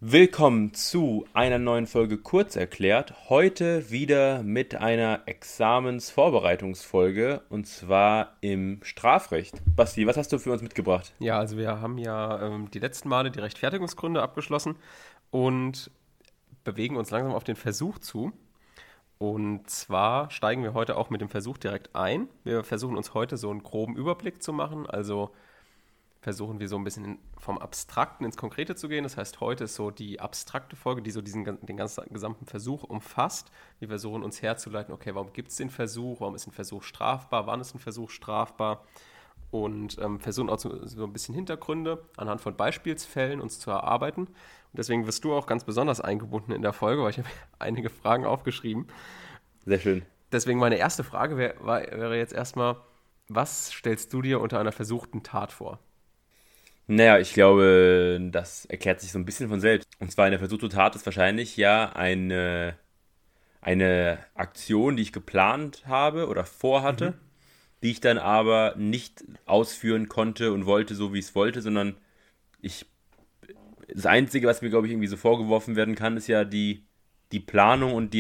Willkommen zu einer neuen Folge Kurzerklärt. Heute wieder mit einer Examensvorbereitungsfolge und zwar im Strafrecht. Basti, was hast du für uns mitgebracht? Ja, also wir haben ja die letzten Male die Rechtfertigungsgründe abgeschlossen und bewegen uns langsam auf den Versuch zu. Und zwar steigen wir heute auch mit dem Versuch direkt ein. Wir versuchen uns heute so einen groben Überblick zu machen, also versuchen wir so ein bisschen vom Abstrakten ins Konkrete zu gehen. Das heißt, heute ist so die abstrakte Folge, die so den ganzen gesamten Versuch umfasst. Wir versuchen uns herzuleiten, okay, warum gibt es den Versuch, warum ist ein Versuch strafbar, wann ist ein Versuch strafbar und versuchen auch so ein bisschen Hintergründe anhand von Beispielsfällen uns zu erarbeiten. Und deswegen wirst du auch ganz besonders eingebunden in der Folge, weil ich habe einige Fragen aufgeschrieben. Sehr schön. Deswegen meine erste Frage wäre jetzt erstmal, was stellst du dir unter einer versuchten Tat vor? Naja, ich glaube, das erklärt sich so ein bisschen von selbst. Und zwar eine versuchte Tat ist wahrscheinlich ja eine Aktion, die ich geplant habe oder vorhatte, Mhm. die ich dann aber nicht ausführen konnte und wollte, so wie ich es wollte, sondern ich das Einzige, was mir, glaube ich, irgendwie so vorgeworfen werden kann, ist ja die Planung und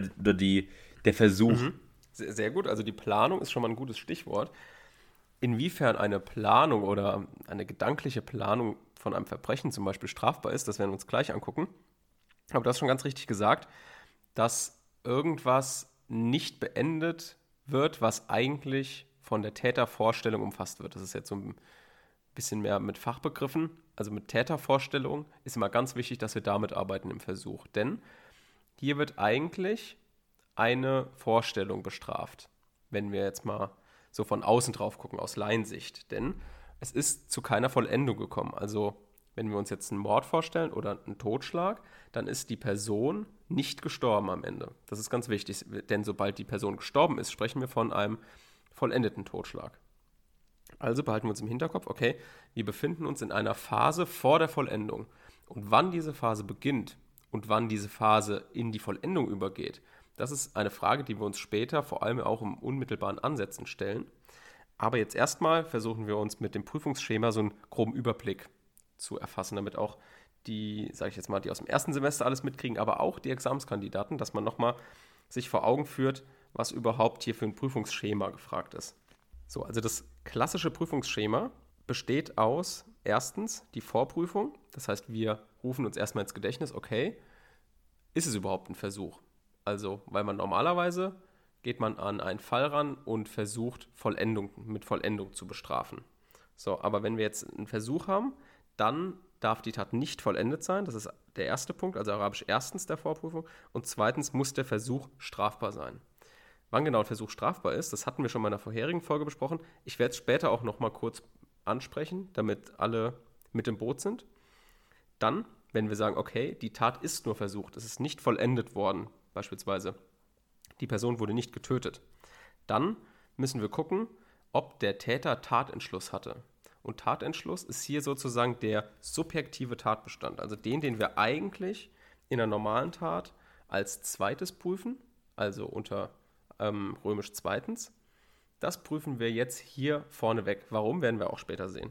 der Versuch. Mhm. Sehr, sehr gut, also die Planung ist schon mal ein gutes Stichwort. Inwiefern eine Planung oder eine gedankliche Planung von einem Verbrechen zum Beispiel strafbar ist, das werden wir uns gleich angucken. Aber du hast schon ganz richtig gesagt, dass irgendwas nicht beendet wird, was eigentlich von der Tätervorstellung umfasst wird. Das ist jetzt so ein bisschen mehr mit Fachbegriffen. Also mit Tätervorstellung ist immer ganz wichtig, dass wir damit arbeiten im Versuch. Denn hier wird eigentlich eine Vorstellung bestraft, wenn wir jetzt mal so von außen drauf gucken, aus Laiensicht. Denn es ist zu keiner Vollendung gekommen. Also wenn wir uns jetzt einen Mord vorstellen oder einen Totschlag, dann ist die Person nicht gestorben am Ende. Das ist ganz wichtig, denn sobald die Person gestorben ist, sprechen wir von einem vollendeten Totschlag. Also behalten wir uns im Hinterkopf, okay, wir befinden uns in einer Phase vor der Vollendung. Und wann diese Phase beginnt und wann diese Phase in die Vollendung übergeht, das ist eine Frage, die wir uns später vor allem auch im unmittelbaren Ansätzen stellen. Aber jetzt erstmal versuchen wir uns mit dem Prüfungsschema so einen groben Überblick zu erfassen, damit auch die, sage ich jetzt mal, die aus dem ersten Semester alles mitkriegen, aber auch die Examenskandidaten, dass man nochmal sich vor Augen führt, was überhaupt hier für ein Prüfungsschema gefragt ist. So, also das klassische Prüfungsschema besteht aus erstens die Vorprüfung. Das heißt, wir rufen uns erstmal ins Gedächtnis, okay, ist es überhaupt ein Versuch? Also, weil man normalerweise geht man an einen Fall ran und versucht, mit Vollendung zu bestrafen. So, aber wenn wir jetzt einen Versuch haben, dann darf die Tat nicht vollendet sein. Das ist der erste Punkt, also arabisch erstens der Vorprüfung. Und zweitens muss der Versuch strafbar sein. Wann genau ein Versuch strafbar ist, das hatten wir schon mal in der vorherigen Folge besprochen. Ich werde es später auch noch mal kurz ansprechen, damit alle mit im Boot sind. Dann, wenn wir sagen, okay, die Tat ist nur versucht, es ist nicht vollendet worden, beispielsweise, die Person wurde nicht getötet, dann müssen wir gucken, ob der Täter Tatentschluss hatte. Und Tatentschluss ist hier sozusagen der subjektive Tatbestand, also den wir eigentlich in einer normalen Tat als zweites prüfen, also unter römisch zweitens. Das prüfen wir jetzt hier vorneweg. Warum, werden wir auch später sehen.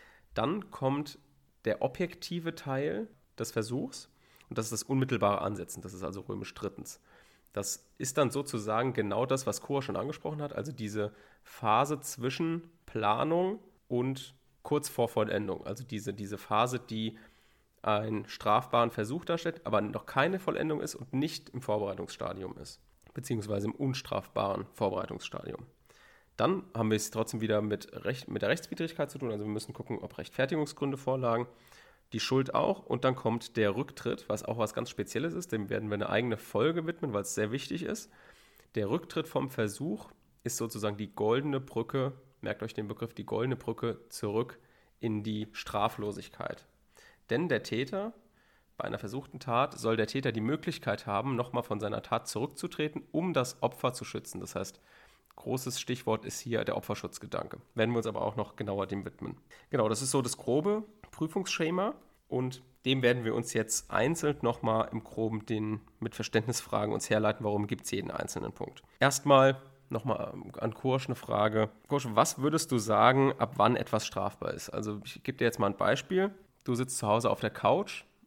Dann kommt der objektive Teil des Versuchs und das ist das unmittelbare Ansetzen. Das ist also römisch drittens. Das ist dann sozusagen genau das, was Cora schon angesprochen hat, also diese Phase zwischen Planung und kurz vor Vollendung. Also diese Phase, die einen strafbaren Versuch darstellt, aber noch keine Vollendung ist und nicht im Vorbereitungsstadium ist, beziehungsweise im unstrafbaren Vorbereitungsstadium. Dann haben wir es trotzdem wieder mit der Rechtswidrigkeit zu tun, also wir müssen gucken, ob Rechtfertigungsgründe vorlagen, die Schuld auch und dann kommt der Rücktritt, was auch was ganz Spezielles ist, dem werden wir eine eigene Folge widmen, weil es sehr wichtig ist. Der Rücktritt vom Versuch ist sozusagen die goldene Brücke, merkt euch den Begriff, die goldene Brücke zurück in die Straflosigkeit. Denn der Täter, bei einer versuchten Tat, soll der Täter die Möglichkeit haben, nochmal von seiner Tat zurückzutreten, um das Opfer zu schützen. Das heißt, großes Stichwort ist hier der Opferschutzgedanke. Werden wir uns aber auch noch genauer dem widmen. Genau, das ist so das grobe Prüfungsschema und dem werden wir uns jetzt einzeln nochmal im Groben mit Verständnisfragen uns herleiten, warum gibt es jeden einzelnen Punkt. Erstmal nochmal an Kursch eine Frage. Kursch, was würdest du sagen, ab wann etwas strafbar ist? Also ich gebe dir jetzt mal ein Beispiel. Du sitzt zu Hause auf der Couch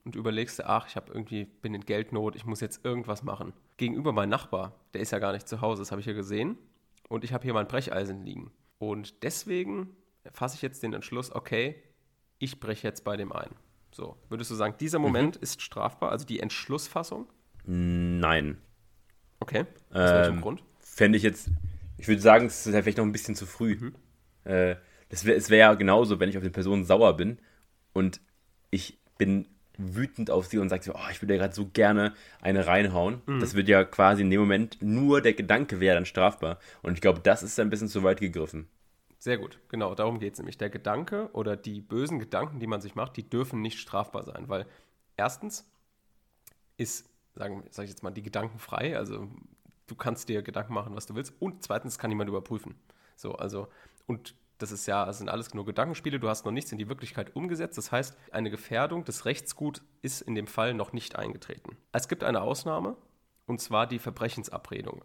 und überlegst dir, ach, bin in Geldnot, ich muss jetzt irgendwas machen. Gegenüber mein Nachbar, der ist ja gar nicht zu Hause, das habe ich ja gesehen. Und ich habe hier mein Brecheisen liegen. Und deswegen fasse ich jetzt den Entschluss, okay, ich breche jetzt bei dem ein. So, würdest du sagen, dieser Moment ist strafbar, also die Entschlussfassung? Nein. Okay, aus welchem Grund? Fände ich jetzt, ich würde sagen, es ist ja vielleicht noch ein bisschen zu früh. Es wäre ja genauso, wenn ich auf die Person sauer bin und ich bin wütend auf sie und sage so, oh, ich würde ja gerade so gerne eine reinhauen. Das wird ja quasi in dem Moment, nur der Gedanke wäre dann strafbar. Und ich glaube, das ist ein bisschen zu weit gegriffen. Sehr gut, genau, darum geht es nämlich. Der Gedanke oder die bösen Gedanken, die man sich macht, die dürfen nicht strafbar sein, weil erstens sage ich jetzt mal, die Gedanken frei, also du kannst dir Gedanken machen, was du willst, und zweitens kann niemand überprüfen. So, also, und das sind alles nur Gedankenspiele, du hast noch nichts in die Wirklichkeit umgesetzt, das heißt, eine Gefährdung des Rechtsguts ist in dem Fall noch nicht eingetreten. Es gibt eine Ausnahme, und zwar die Verbrechensverabredung.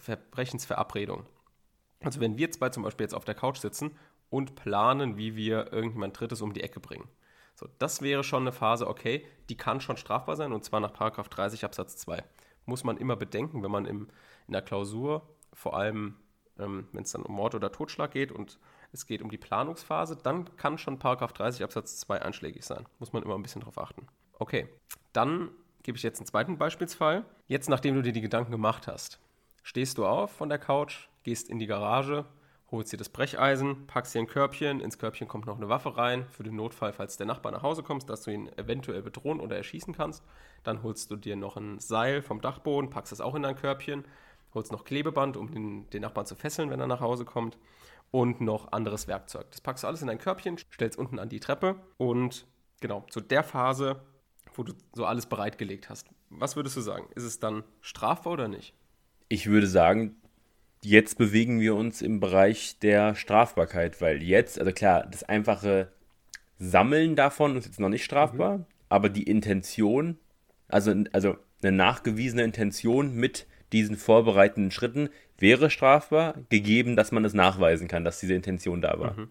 Also wenn wir zwei zum Beispiel jetzt auf der Couch sitzen und planen, wie wir irgendjemand Drittes um die Ecke bringen. So, das wäre schon eine Phase, okay, die kann schon strafbar sein, und zwar nach § 30 Absatz 2. Muss man immer bedenken, wenn man in der Klausur, vor allem wenn es dann um Mord oder Totschlag geht und es geht um die Planungsphase, dann kann schon § 30 Absatz 2 einschlägig sein. Muss man immer ein bisschen drauf achten. Okay, dann gebe ich jetzt einen zweiten Beispielsfall. Jetzt, nachdem du dir die Gedanken gemacht hast, stehst du auf von der Couch, gehst in die Garage, holst dir das Brecheisen, packst dir ein Körbchen, ins Körbchen kommt noch eine Waffe rein, für den Notfall, falls der Nachbar nach Hause kommt, dass du ihn eventuell bedrohen oder erschießen kannst. Dann holst du dir noch ein Seil vom Dachboden, packst es auch in dein Körbchen, holst noch Klebeband, um den Nachbarn zu fesseln, wenn er nach Hause kommt, und noch anderes Werkzeug. Das packst du alles in dein Körbchen, stellst unten an die Treppe und genau, zu der Phase, wo du so alles bereitgelegt hast. Was würdest du sagen? Ist es dann strafbar oder nicht? Ich würde sagen, jetzt bewegen wir uns im Bereich der Strafbarkeit, weil jetzt, also klar, das einfache Sammeln davon ist jetzt noch nicht strafbar, aber die Intention, also eine nachgewiesene Intention mit diesen vorbereitenden Schritten wäre strafbar, gegeben, dass man es nachweisen kann, dass diese Intention da war.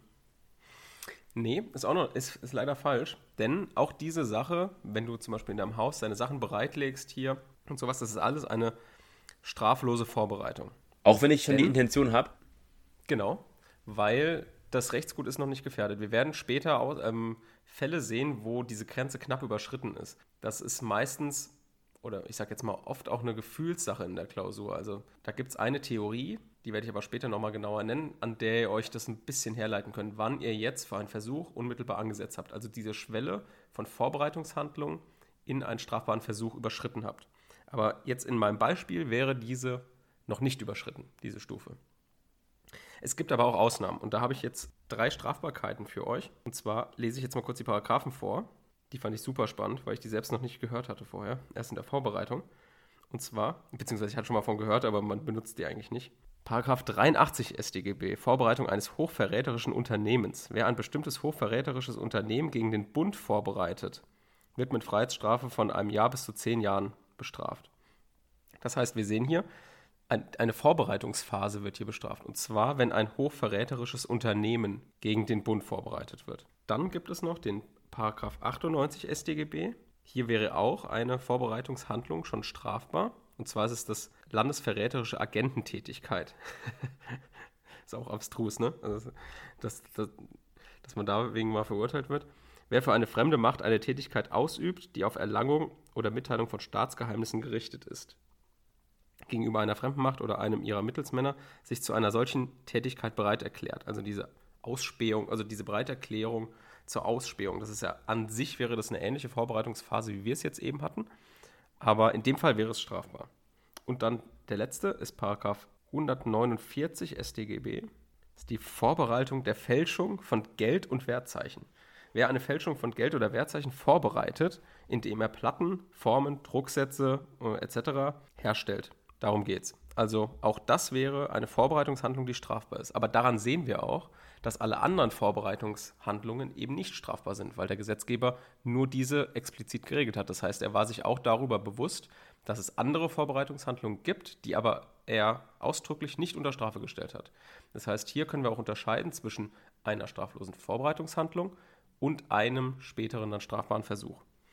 Nee, ist leider falsch, denn auch diese Sache, wenn du zum Beispiel in deinem Haus deine Sachen bereitlegst hier und sowas, das ist alles eine straflose Vorbereitung. Auch wenn ich schon die Intention habe? Genau, weil das Rechtsgut ist noch nicht gefährdet. Wir werden später Fälle sehen, wo diese Grenze knapp überschritten ist. Das ist meistens, oder ich sage jetzt mal oft auch eine Gefühlssache in der Klausur. Also da gibt es eine Theorie, die werde ich aber später nochmal genauer nennen, an der ihr euch das ein bisschen herleiten könnt, wann ihr jetzt für einen Versuch unmittelbar angesetzt habt. Also diese Schwelle von Vorbereitungshandlungen in einen strafbaren Versuch überschritten habt. Aber jetzt in meinem Beispiel wäre diese noch nicht überschritten, diese Stufe. Es gibt aber auch Ausnahmen und da habe ich jetzt 3 Strafbarkeiten für euch. Und zwar lese ich jetzt mal kurz die Paragraphen vor. Die fand ich super spannend, weil ich die selbst noch nicht gehört hatte vorher, erst in der Vorbereitung. Und zwar, beziehungsweise ich hatte schon mal von gehört, aber man benutzt die eigentlich nicht. Paragraph 83 StGB, Vorbereitung eines hochverräterischen Unternehmens. Wer ein bestimmtes hochverräterisches Unternehmen gegen den Bund vorbereitet, wird mit Freiheitsstrafe von einem Jahr bis zu 10 Jahren bestraft. Das heißt, wir sehen hier, eine Vorbereitungsphase wird hier bestraft. Und zwar, wenn ein hochverräterisches Unternehmen gegen den Bund vorbereitet wird. Dann gibt es noch den Paragraph 98 StGB. Hier wäre auch eine Vorbereitungshandlung schon strafbar. Und zwar ist es das landesverräterische Agententätigkeit. Ist auch abstrus, ne? Also, dass man da wegen mal verurteilt wird. Wer für eine fremde Macht eine Tätigkeit ausübt, die auf Erlangung oder Mitteilung von Staatsgeheimnissen gerichtet ist, gegenüber einer fremden Macht oder einem ihrer Mittelsmänner sich zu einer solchen Tätigkeit bereit erklärt. Also diese Ausspähung, also diese Bereiterklärung zur Ausspähung. Das ist ja an sich wäre das eine ähnliche Vorbereitungsphase, wie wir es jetzt eben hatten. Aber in dem Fall wäre es strafbar. Und dann der letzte ist Paragraph 149 StGB. Das ist die Vorbereitung der Fälschung von Geld- und Wertzeichen. Wer eine Fälschung von Geld- oder Wertzeichen vorbereitet, indem er Platten, Formen, Drucksätze etc. herstellt. Darum geht's. Also auch das wäre eine Vorbereitungshandlung, die strafbar ist. Aber daran sehen wir auch, dass alle anderen Vorbereitungshandlungen eben nicht strafbar sind, weil der Gesetzgeber nur diese explizit geregelt hat. Das heißt, er war sich auch darüber bewusst, dass es andere Vorbereitungshandlungen gibt, die aber er ausdrücklich nicht unter Strafe gestellt hat. Das heißt, hier können wir auch unterscheiden zwischen einer straflosen Vorbereitungshandlung und einem späteren dann strafbaren Versuch.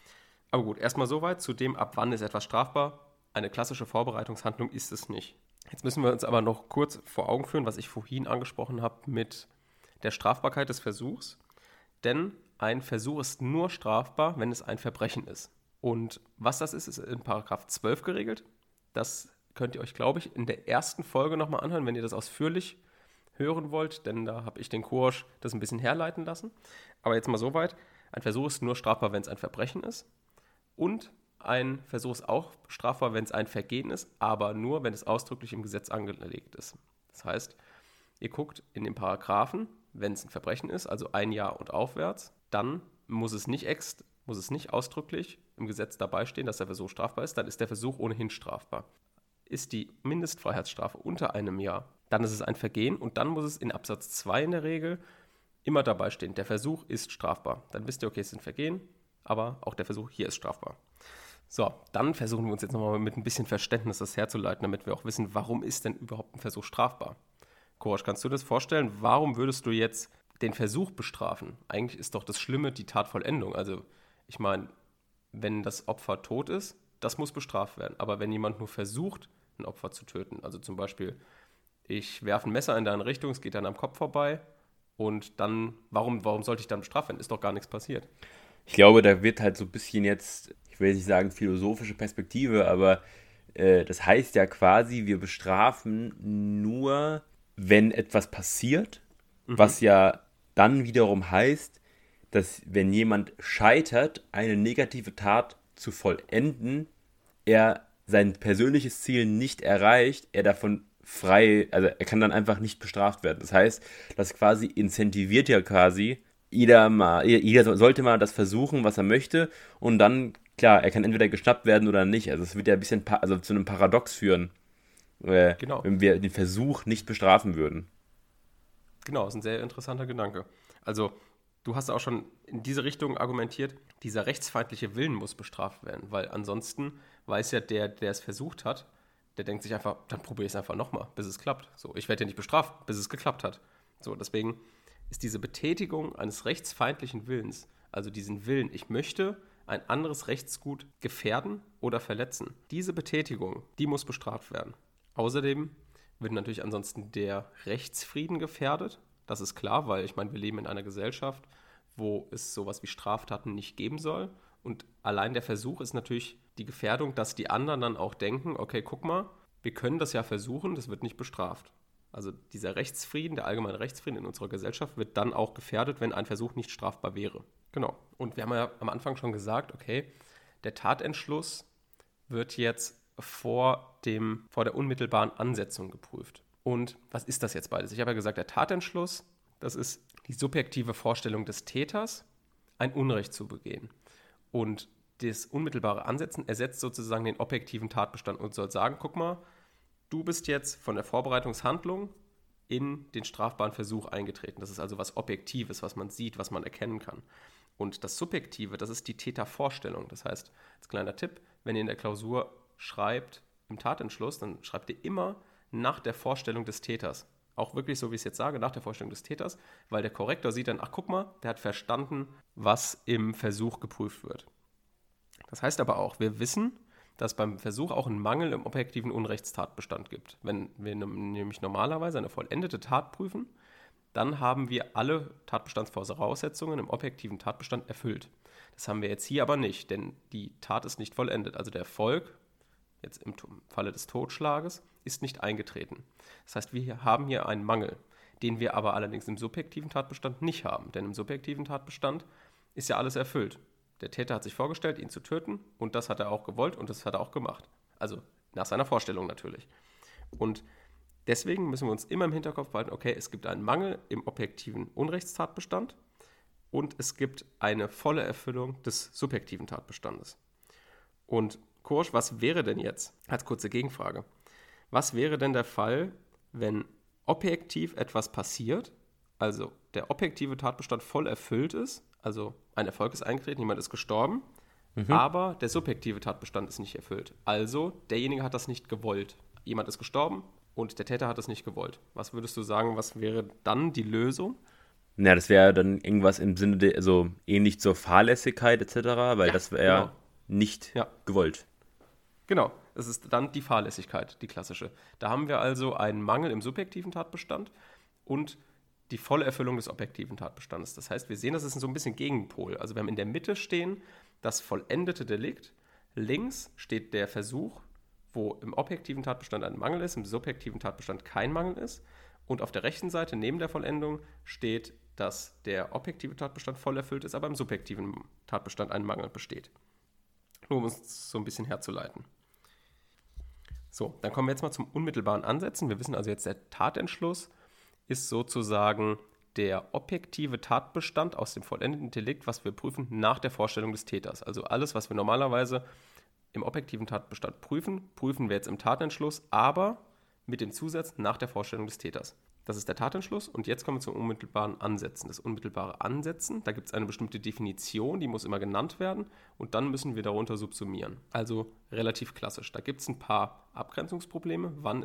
Aber gut, erstmal soweit zu dem, ab wann ist etwas strafbar. Eine klassische Vorbereitungshandlung ist es nicht. Jetzt müssen wir uns aber noch kurz vor Augen führen, was ich vorhin angesprochen habe mit der Strafbarkeit des Versuchs. Denn ein Versuch ist nur strafbar, wenn es ein Verbrechen ist. Und was das ist in Paragraph 12 geregelt. Das könnt ihr euch, glaube ich, in der ersten Folge nochmal anhören, wenn ihr das ausführlich hören wollt, denn da habe ich den Kursch das ein bisschen herleiten lassen. Aber jetzt mal soweit. Ein Versuch ist nur strafbar, wenn es ein Verbrechen ist. Und ein Versuch ist auch strafbar, wenn es ein Vergehen ist, aber nur, wenn es ausdrücklich im Gesetz angelegt ist. Das heißt, ihr guckt in den Paragraphen, wenn es ein Verbrechen ist, also 1 Jahr und aufwärts, dann muss es nicht ausdrücklich im Gesetz dabei stehen, dass der Versuch strafbar ist, dann ist der Versuch ohnehin strafbar. Ist die Mindestfreiheitsstrafe unter 1 Jahr, dann ist es ein Vergehen und dann muss es in Absatz 2 in der Regel immer dabei stehen, der Versuch ist strafbar. Dann wisst ihr, okay, es ist ein Vergehen, aber auch der Versuch hier ist strafbar. So, dann versuchen wir uns jetzt nochmal mit ein bisschen Verständnis das herzuleiten, damit wir auch wissen, warum ist denn überhaupt ein Versuch strafbar? Korosch, kannst du das vorstellen? Warum würdest du jetzt den Versuch bestrafen? Eigentlich ist doch das Schlimme die Tatvollendung. Also, ich meine, wenn das Opfer tot ist, das muss bestraft werden. Aber wenn jemand nur versucht, ein Opfer zu töten, also zum Beispiel, ich werfe ein Messer in deine Richtung, es geht dann am Kopf vorbei und dann, warum sollte ich dann bestraft werden? Ist doch gar nichts passiert. Ich glaube, da wird halt so ein bisschen jetzt, ich will nicht sagen philosophische Perspektive, aber das heißt ja quasi, wir bestrafen nur, wenn etwas passiert, was ja dann wiederum heißt, dass wenn jemand scheitert, eine negative Tat zu vollenden, er sein persönliches Ziel nicht erreicht, er davon frei, also er kann dann einfach nicht bestraft werden. Das heißt, das quasi incentiviert ja quasi, jeder sollte mal das versuchen, was er möchte und dann, klar, er kann entweder geschnappt werden oder nicht. Also es wird ja ein bisschen zu einem Paradox führen, Genau. wenn wir den Versuch nicht bestrafen würden. Genau, das ist ein sehr interessanter Gedanke. Also, du hast auch schon in diese Richtung argumentiert, dieser rechtsfeindliche Willen muss bestraft werden, weil ansonsten weiß ja der es versucht hat, der denkt sich einfach, dann probiere ich es einfach nochmal, bis es klappt. So, ich werde ja nicht bestraft, bis es geklappt hat. So, deswegen ist diese Betätigung eines rechtsfeindlichen Willens, also diesen Willen, ich möchte ein anderes Rechtsgut gefährden oder verletzen, diese Betätigung, die muss bestraft werden. Außerdem wird natürlich ansonsten der Rechtsfrieden gefährdet. Das ist klar, weil ich meine, wir leben in einer Gesellschaft, wo es sowas wie Straftaten nicht geben soll. Und allein der Versuch ist natürlich die Gefährdung, dass die anderen dann auch denken, okay, guck mal, wir können das ja versuchen, das wird nicht bestraft. Also dieser Rechtsfrieden, der allgemeine Rechtsfrieden in unserer Gesellschaft wird dann auch gefährdet, wenn ein Versuch nicht strafbar wäre. Genau. Und wir haben ja am Anfang schon gesagt, okay, der Tatentschluss wird jetzt vor der unmittelbaren Ansetzung geprüft. Und was ist das jetzt beides? Ich habe ja gesagt, der Tatentschluss, das ist die subjektive Vorstellung des Täters, ein Unrecht zu begehen. Und das unmittelbare Ansetzen ersetzt sozusagen den objektiven Tatbestand und soll sagen, guck mal, du bist jetzt von der Vorbereitungshandlung in den strafbaren Versuch eingetreten. Das ist also was Objektives, was man sieht, was man erkennen kann. Und das Subjektive, das ist die Tätervorstellung. Das heißt, als kleiner Tipp, wenn ihr in der Klausur schreibt im Tatentschluss, dann schreibt ihr immer nach der Vorstellung des Täters. Auch wirklich, so wie ich es jetzt sage, nach der Vorstellung des Täters, weil der Korrektor sieht dann, ach guck mal, der hat verstanden, was im Versuch geprüft wird. Das heißt aber auch, wir wissen, dass beim Versuch auch ein Mangel im objektiven Unrechtstatbestand gibt. Wenn wir nämlich normalerweise eine vollendete Tat prüfen, dann haben wir alle Tatbestandsvoraussetzungen im objektiven Tatbestand erfüllt. Das haben wir jetzt hier aber nicht, denn die Tat ist nicht vollendet. Also der Erfolg, jetzt im Falle des Totschlages, ist nicht eingetreten. Das heißt, wir haben hier einen Mangel, den wir aber allerdings im subjektiven Tatbestand nicht haben. Denn im subjektiven Tatbestand ist ja alles erfüllt. Der Täter hat sich vorgestellt, ihn zu töten und das hat er auch gewollt und das hat er auch gemacht. Also nach seiner Vorstellung natürlich. Und deswegen müssen wir uns immer im Hinterkopf behalten, okay, es gibt einen Mangel im objektiven Unrechtstatbestand und es gibt eine volle Erfüllung des subjektiven Tatbestandes. Und Kursch, was wäre denn jetzt, als kurze Gegenfrage, was wäre denn der Fall, wenn objektiv etwas passiert, also der objektive Tatbestand voll erfüllt ist, also ein Erfolg ist eingetreten, jemand ist gestorben, aber der subjektive Tatbestand ist nicht erfüllt. Also derjenige hat das nicht gewollt. Jemand ist gestorben und der Täter hat das nicht gewollt. Was würdest du sagen, was wäre dann die Lösung? Ja, das wäre dann irgendwas im Sinne, also ähnlich zur Fahrlässigkeit etc., weil Ja, das wäre, genau. nicht Ja. gewollt. Genau, das ist dann die Fahrlässigkeit, die klassische. Da haben wir also einen Mangel im subjektiven Tatbestand und die volle Erfüllung des objektiven Tatbestandes. Das heißt, wir sehen, das ist so ein bisschen Gegenpol. Also wir haben in der Mitte stehen das vollendete Delikt, links steht der Versuch, wo im objektiven Tatbestand ein Mangel ist, im subjektiven Tatbestand kein Mangel ist. Und auf der rechten Seite neben der Vollendung steht, dass der objektive Tatbestand voll erfüllt ist, aber im subjektiven Tatbestand ein Mangel besteht. Nur um uns so ein bisschen herzuleiten. So, dann kommen wir jetzt mal zum unmittelbaren Ansetzen. Wir wissen also jetzt, der Tatentschluss ist sozusagen der objektive Tatbestand aus dem vollendeten Delikt, was wir prüfen nach der Vorstellung des Täters. Also alles, was wir normalerweise im objektiven Tatbestand prüfen, prüfen wir jetzt im Tatentschluss, aber mit dem Zusatz nach der Vorstellung des Täters. Das ist der Tatentschluss und jetzt kommen wir zum unmittelbaren Ansetzen. Das unmittelbare Ansetzen, da gibt es eine bestimmte Definition, die muss immer genannt werden und dann müssen wir darunter subsumieren. Also relativ klassisch. Da gibt es ein paar Abgrenzungsprobleme. Wann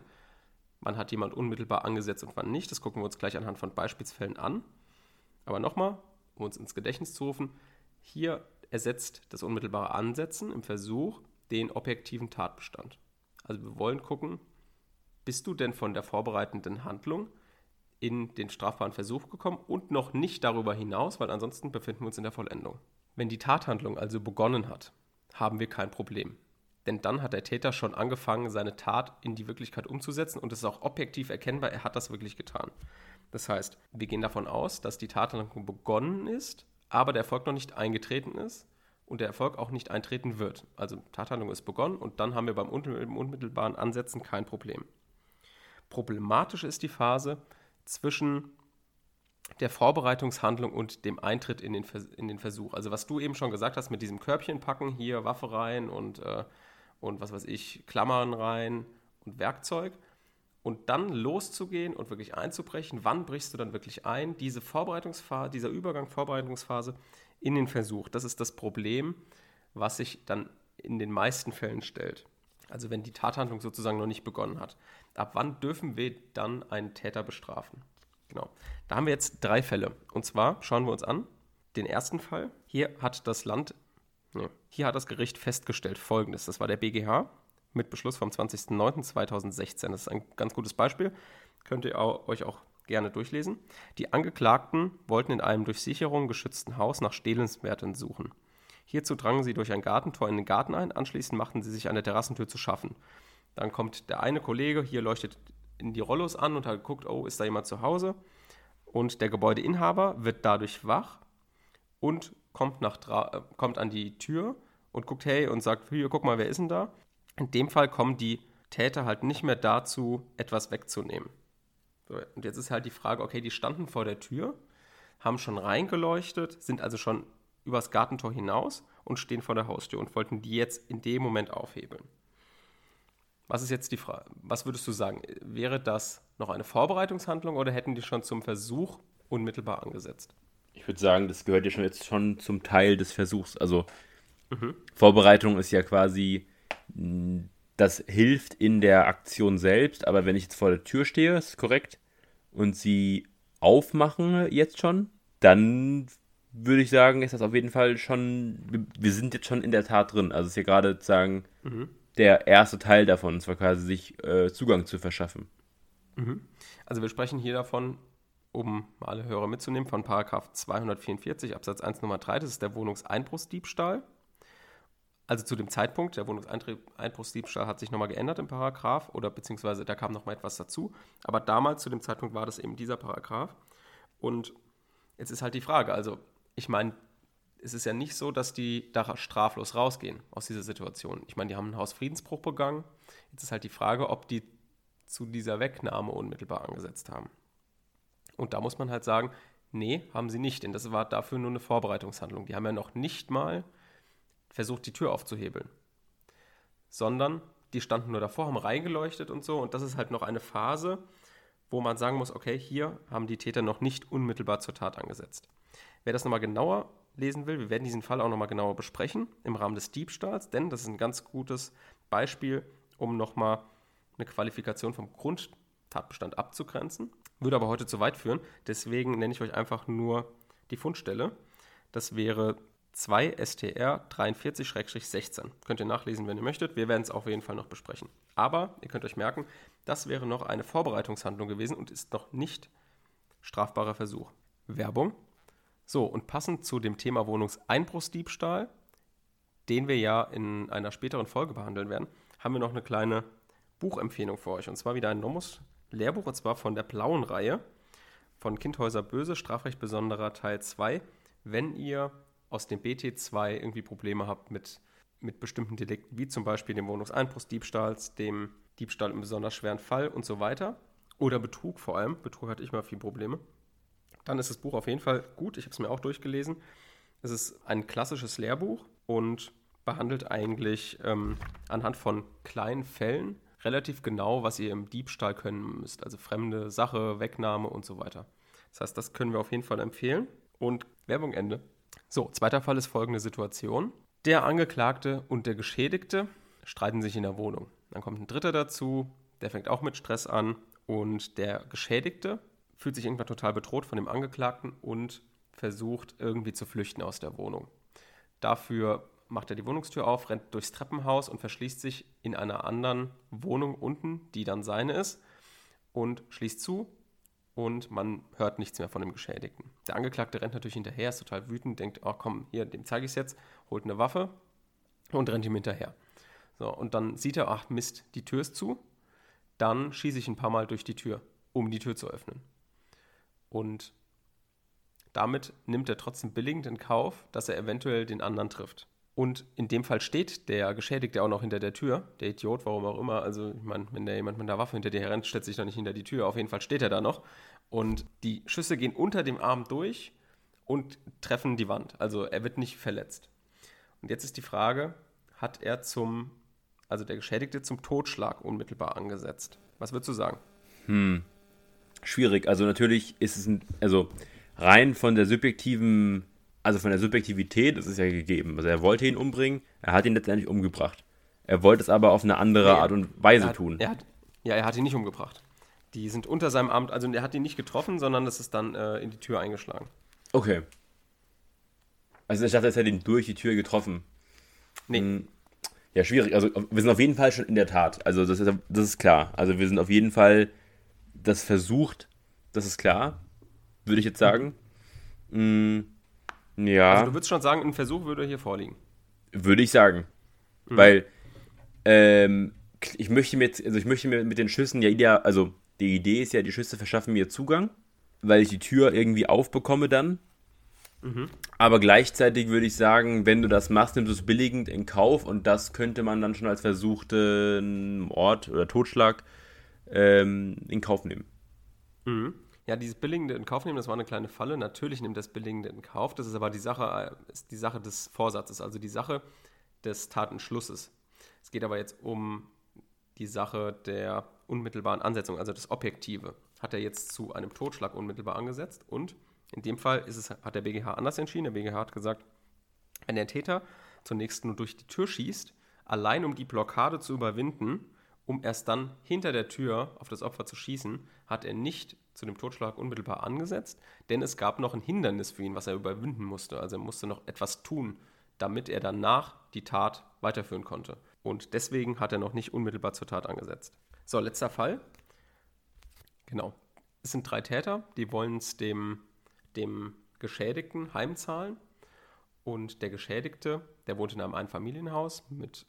hat jemand unmittelbar angesetzt und wann nicht? Das gucken wir uns gleich anhand von Beispielsfällen an. Aber nochmal, um uns ins Gedächtnis zu rufen, hier ersetzt das unmittelbare Ansetzen im Versuch den objektiven Tatbestand. Also wir wollen gucken, bist du denn von der vorbereitenden Handlung in den strafbaren Versuch gekommen und noch nicht darüber hinaus, weil ansonsten befinden wir uns in der Vollendung. Wenn die Tathandlung also begonnen hat, haben wir kein Problem. Denn dann hat der Täter schon angefangen, seine Tat in die Wirklichkeit umzusetzen und es ist auch objektiv erkennbar, er hat das wirklich getan. Das heißt, wir gehen davon aus, dass die Tathandlung begonnen ist, aber der Erfolg noch nicht eingetreten ist und der Erfolg auch nicht eintreten wird. Also Tathandlung ist begonnen und dann haben wir beim unmittelbaren Ansetzen kein Problem. Problematisch ist die Phase zwischen der Vorbereitungshandlung und dem Eintritt in den Versuch. Also was du eben schon gesagt hast mit diesem Körbchen packen, hier Waffe rein und was weiß ich, Klammern rein und Werkzeug und dann loszugehen und wirklich einzubrechen. Wann brichst du dann wirklich ein? Diese Vorbereitungsphase, dieser Übergang Vorbereitungsphase in den Versuch, das ist das Problem, was sich dann in den meisten Fällen stellt. Also wenn die Tathandlung sozusagen noch nicht begonnen hat. Ab wann dürfen wir dann einen Täter bestrafen? Genau. Da haben wir jetzt 3 Fälle. Und zwar schauen wir uns an, den ersten Fall. Hier hat das Gericht festgestellt Folgendes. Das war der BGH mit Beschluss vom 20.09.2016. Das ist ein ganz gutes Beispiel. Könnt ihr euch auch gerne durchlesen. Die Angeklagten wollten in einem durch Sicherung geschützten Haus nach Stehlenswerten suchen. Hierzu drangen sie durch ein Gartentor in den Garten ein, anschließend machten sie sich an der Terrassentür zu schaffen. Dann kommt der eine Kollege, hier leuchtet in die Rollos an und hat geguckt, oh, ist da jemand zu Hause? Und der Gebäudeinhaber wird dadurch wach und kommt an die Tür und guckt, hey, und sagt, hier, guck mal, wer ist denn da? In dem Fall kommen die Täter halt nicht mehr dazu, etwas wegzunehmen. So, und jetzt ist halt die Frage, okay, die standen vor der Tür, haben schon reingeleuchtet, sind also schon übers Gartentor hinaus und stehen vor der Haustür und wollten die jetzt in dem Moment aufhebeln. Was ist jetzt die Frage? Was würdest du sagen? Wäre das noch eine Vorbereitungshandlung oder hätten die schon zum Versuch unmittelbar angesetzt? Ich würde sagen, das gehört ja jetzt schon zum Teil des Versuchs. Also Vorbereitung ist ja quasi, das hilft in der Aktion selbst, aber wenn ich jetzt vor der Tür stehe, ist korrekt, und sie aufmachen jetzt schon, dann würde ich sagen, ist das auf jeden Fall schon, wir sind jetzt schon in der Tat drin. Also es ist ja gerade sozusagen der erste Teil davon, und zwar quasi sich Zugang zu verschaffen. Also wir sprechen hier davon, um alle Hörer mitzunehmen, von § 244 Absatz 1 Nummer 3, das ist der Wohnungseinbruchsdiebstahl. Also zu dem Zeitpunkt, der Wohnungseinbruchsdiebstahl hat sich nochmal geändert im Paragraph, oder beziehungsweise da kam nochmal etwas dazu, aber damals zu dem Zeitpunkt war das eben dieser Paragraph. Und jetzt ist halt die Frage, also ich meine, es ist ja nicht so, dass die da straflos rausgehen aus dieser Situation. Ich meine, die haben einen Hausfriedensbruch begangen. Jetzt ist halt die Frage, ob die zu dieser Wegnahme unmittelbar angesetzt haben. Und da muss man halt sagen, nee, haben sie nicht, denn das war dafür nur eine Vorbereitungshandlung. Die haben ja noch nicht mal versucht, die Tür aufzuhebeln, sondern die standen nur davor, haben reingeleuchtet und so. Und das ist halt noch eine Phase, wo man sagen muss, okay, hier haben die Täter noch nicht unmittelbar zur Tat angesetzt. Wer das nochmal genauer lesen will, wir werden diesen Fall auch nochmal genauer besprechen im Rahmen des Diebstahls, denn das ist ein ganz gutes Beispiel, um nochmal eine Qualifikation vom Grundtatbestand abzugrenzen. Würde aber heute zu weit führen, deswegen nenne ich euch einfach nur die Fundstelle. Das wäre 2 StR 43-16. Könnt ihr nachlesen, wenn ihr möchtet. Wir werden es auf jeden Fall noch besprechen. Aber ihr könnt euch merken, das wäre noch eine Vorbereitungshandlung gewesen und ist noch nicht strafbarer Versuch. Werbung. So, und passend zu dem Thema Wohnungseinbruchsdiebstahl, den wir ja in einer späteren Folge behandeln werden, haben wir noch eine kleine Buchempfehlung für euch. Und zwar wieder ein Nomus-Lehrbuch, und zwar von der blauen Reihe von Kindhäuser Böse, Strafrecht Besonderer Teil 2. Wenn ihr aus dem BT2 irgendwie Probleme habt mit bestimmten Delikten, wie zum Beispiel dem Wohnungseinbruchsdiebstahls, dem Diebstahl im besonders schweren Fall und so weiter, oder Betrug vor allem, Betrug hatte ich mal viele Probleme, dann ist das Buch auf jeden Fall gut. Ich habe es mir auch durchgelesen. Es ist ein klassisches Lehrbuch und behandelt eigentlich anhand von kleinen Fällen relativ genau, was ihr im Diebstahl können müsst. Also fremde Sache, Wegnahme und so weiter. Das heißt, das können wir auf jeden Fall empfehlen. Und Werbung Ende. So, zweiter Fall ist folgende Situation. Der Angeklagte und der Geschädigte streiten sich in der Wohnung. Dann kommt ein Dritter dazu, der fängt auch mit Stress an. Und der Geschädigte fühlt sich irgendwann total bedroht von dem Angeklagten und versucht irgendwie zu flüchten aus der Wohnung. Dafür macht er die Wohnungstür auf, rennt durchs Treppenhaus und verschließt sich in einer anderen Wohnung unten, die dann seine ist, und schließt zu und man hört nichts mehr von dem Geschädigten. Der Angeklagte rennt natürlich hinterher, ist total wütend, denkt, oh komm, hier, dem zeige ich es jetzt, holt eine Waffe und rennt ihm hinterher. So, und dann sieht er, ach Mist, die Tür ist zu, dann schieße ich ein paar Mal durch die Tür, um die Tür zu öffnen. Und damit nimmt er trotzdem billigend in Kauf, dass er eventuell den anderen trifft. Und in dem Fall steht der Geschädigte auch noch hinter der Tür, der Idiot, warum auch immer. Also ich meine, wenn da jemand mit einer Waffe hinter dir rennt, stellt sich doch nicht hinter die Tür. Auf jeden Fall steht er da noch. Und die Schüsse gehen unter dem Arm durch und treffen die Wand. Also er wird nicht verletzt. Und jetzt ist die Frage, hat er der Geschädigte zum Totschlag unmittelbar angesetzt? Was würdest du sagen? Schwierig. Also natürlich ist es rein von der Subjektivität, das ist ja gegeben. Also er wollte ihn umbringen, er hat ihn letztendlich umgebracht. Er wollte es aber auf eine andere Art und Weise tun. Er hat ihn nicht umgebracht. Die sind unter seinem Arm, also er hat ihn nicht getroffen, sondern es ist dann in die Tür eingeschlagen. Okay. Also ich dachte, er hätte ihn durch die Tür getroffen. Nee. Ja, schwierig. Also wir sind auf jeden Fall schon in der Tat. Also das ist klar. Also wir sind auf jeden Fall das versucht, das ist klar, würde ich jetzt sagen. Ja. Also du würdest schon sagen, ein Versuch würde hier vorliegen. Würde ich sagen. Weil ich möchte mir mit den Schüssen also die Idee ist ja, die Schüsse verschaffen mir Zugang, weil ich die Tür irgendwie aufbekomme dann. Aber gleichzeitig würde ich sagen, wenn du das machst, nimmst du es billigend in Kauf und das könnte man dann schon als versuchten Mord oder Totschlag in Kauf nehmen. Ja, dieses Billigende in Kauf nehmen, das war eine kleine Falle. Natürlich nimmt das Billigende in Kauf. Das ist aber die Sache des Vorsatzes, also die Sache des Tatentschlusses. Es geht aber jetzt um die Sache der unmittelbaren Ansetzung, also das Objektive. Hat er jetzt zu einem Totschlag unmittelbar angesetzt und in dem Fall hat der BGH anders entschieden. Der BGH hat gesagt, wenn der Täter zunächst nur durch die Tür schießt, allein um die Blockade zu überwinden, um erst dann hinter der Tür auf das Opfer zu schießen, hat er nicht zu dem Totschlag unmittelbar angesetzt, denn es gab noch ein Hindernis für ihn, was er überwinden musste. Also er musste noch etwas tun, damit er danach die Tat weiterführen konnte. Und deswegen hat er noch nicht unmittelbar zur Tat angesetzt. So, letzter Fall. Genau. Es sind 3 Täter, die wollen es dem Geschädigten heimzahlen. Und der Geschädigte, der wohnt in einem Einfamilienhaus mit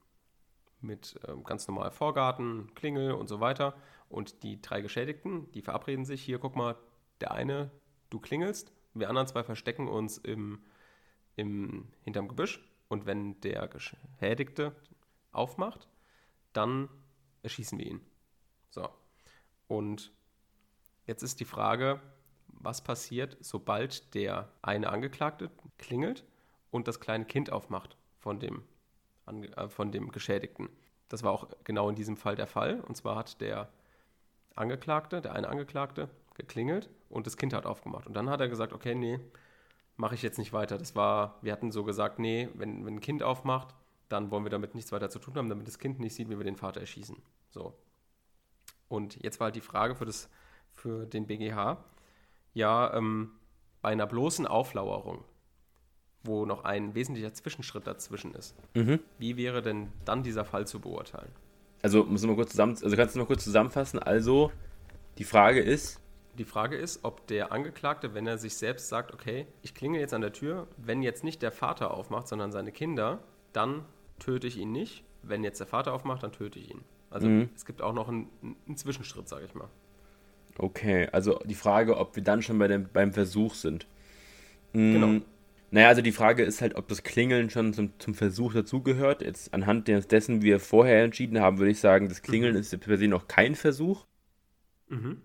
ganz normal Vorgarten, Klingel und so weiter. Und die 3 Geschädigten, die verabreden sich, hier, guck mal, der eine, du klingelst, wir anderen 2 verstecken uns hinterm Gebüsch. Und wenn der Geschädigte aufmacht, dann erschießen wir ihn. So. Und jetzt ist die Frage, was passiert, sobald der eine Angeklagte klingelt und das kleine Kind aufmacht von dem Geschädigten. Das war auch genau in diesem Fall der Fall. Und zwar hat der eine Angeklagte, geklingelt und das Kind hat aufgemacht. Und dann hat er gesagt, okay, nee, mache ich jetzt nicht weiter. Wir hatten so gesagt, nee, wenn ein Kind aufmacht, dann wollen wir damit nichts weiter zu tun haben, damit das Kind nicht sieht, wie wir den Vater erschießen. So. Und jetzt war halt die Frage für den BGH, ja, bei einer bloßen Auflauerung, wo noch ein wesentlicher Zwischenschritt dazwischen ist. Mhm. Wie wäre denn dann dieser Fall zu beurteilen? Also, kannst du mal kurz zusammenfassen? Also, die Frage ist, ob der Angeklagte, wenn er sich selbst sagt, okay, ich klingel jetzt an der Tür, wenn jetzt nicht der Vater aufmacht, sondern seine Kinder, dann töte ich ihn nicht. Wenn jetzt der Vater aufmacht, dann töte ich ihn. Also es gibt auch noch einen Zwischenschritt, sage ich mal. okay, also die Frage, ob wir dann schon beim Versuch sind. Genau. Naja, also die Frage ist halt, ob das Klingeln schon zum Versuch dazugehört. Jetzt anhand dessen, wie wir vorher entschieden haben, würde ich sagen, das Klingeln ist per se noch kein Versuch. Mhm.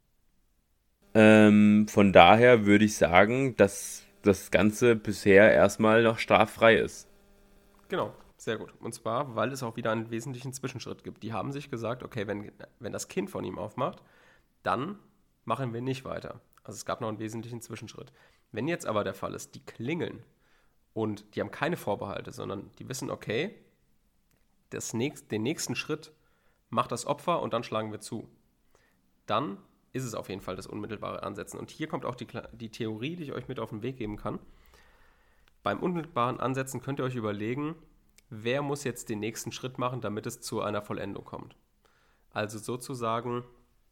Von daher würde ich sagen, dass das Ganze bisher erstmal noch straffrei ist. Genau, sehr gut. Und zwar, weil es auch wieder einen wesentlichen Zwischenschritt gibt. Die haben sich gesagt, okay, wenn das Kind von ihm aufmacht, dann machen wir nicht weiter. Also es gab noch einen wesentlichen Zwischenschritt. Wenn jetzt aber der Fall ist, die klingeln und die haben keine Vorbehalte, sondern die wissen, okay, den nächsten Schritt macht das Opfer und dann schlagen wir zu. Dann ist es auf jeden Fall das unmittelbare Ansetzen. Und hier kommt auch die Theorie, die ich euch mit auf den Weg geben kann. Beim unmittelbaren Ansetzen könnt ihr euch überlegen, wer muss jetzt den nächsten Schritt machen, damit es zu einer Vollendung kommt. Also sozusagen,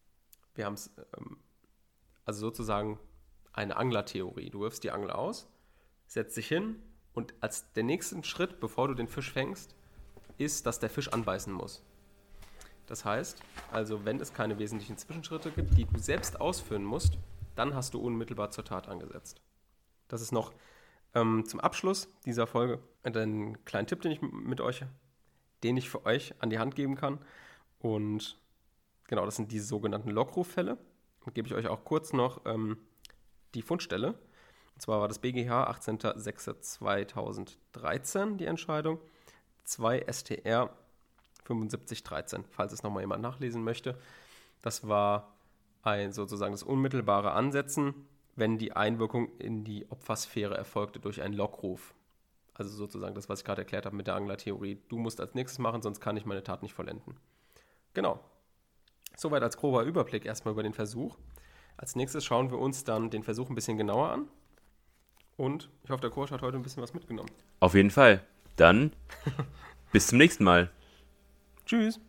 eine Anglertheorie. Du wirfst die Angel aus, setzt dich hin und als der nächsten Schritt, bevor du den Fisch fängst, ist, dass der Fisch anbeißen muss. Das heißt, also wenn es keine wesentlichen Zwischenschritte gibt, die du selbst ausführen musst, dann hast du unmittelbar zur Tat angesetzt. Das ist noch zum Abschluss dieser Folge einen kleinen Tipp, den ich für euch an die Hand geben kann. Und genau, das sind die sogenannten Lockruf-Fälle. Und gebe ich euch auch kurz noch die Fundstelle. Und zwar war das BGH 18.06.2013 die Entscheidung. 2 StR 7513, falls es nochmal jemand nachlesen möchte. Das war sozusagen das unmittelbare Ansetzen, wenn die Einwirkung in die Opfersphäre erfolgte durch einen Lockruf. Also sozusagen das, was ich gerade erklärt habe mit der Anglertheorie. Du musst als nächstes machen, sonst kann ich meine Tat nicht vollenden. Genau. Soweit als grober Überblick erstmal über den Versuch. Als nächstes schauen wir uns dann den Versuch ein bisschen genauer an. Und ich hoffe, der Coach hat heute ein bisschen was mitgenommen. Auf jeden Fall. Dann bis zum nächsten Mal. Tschüss.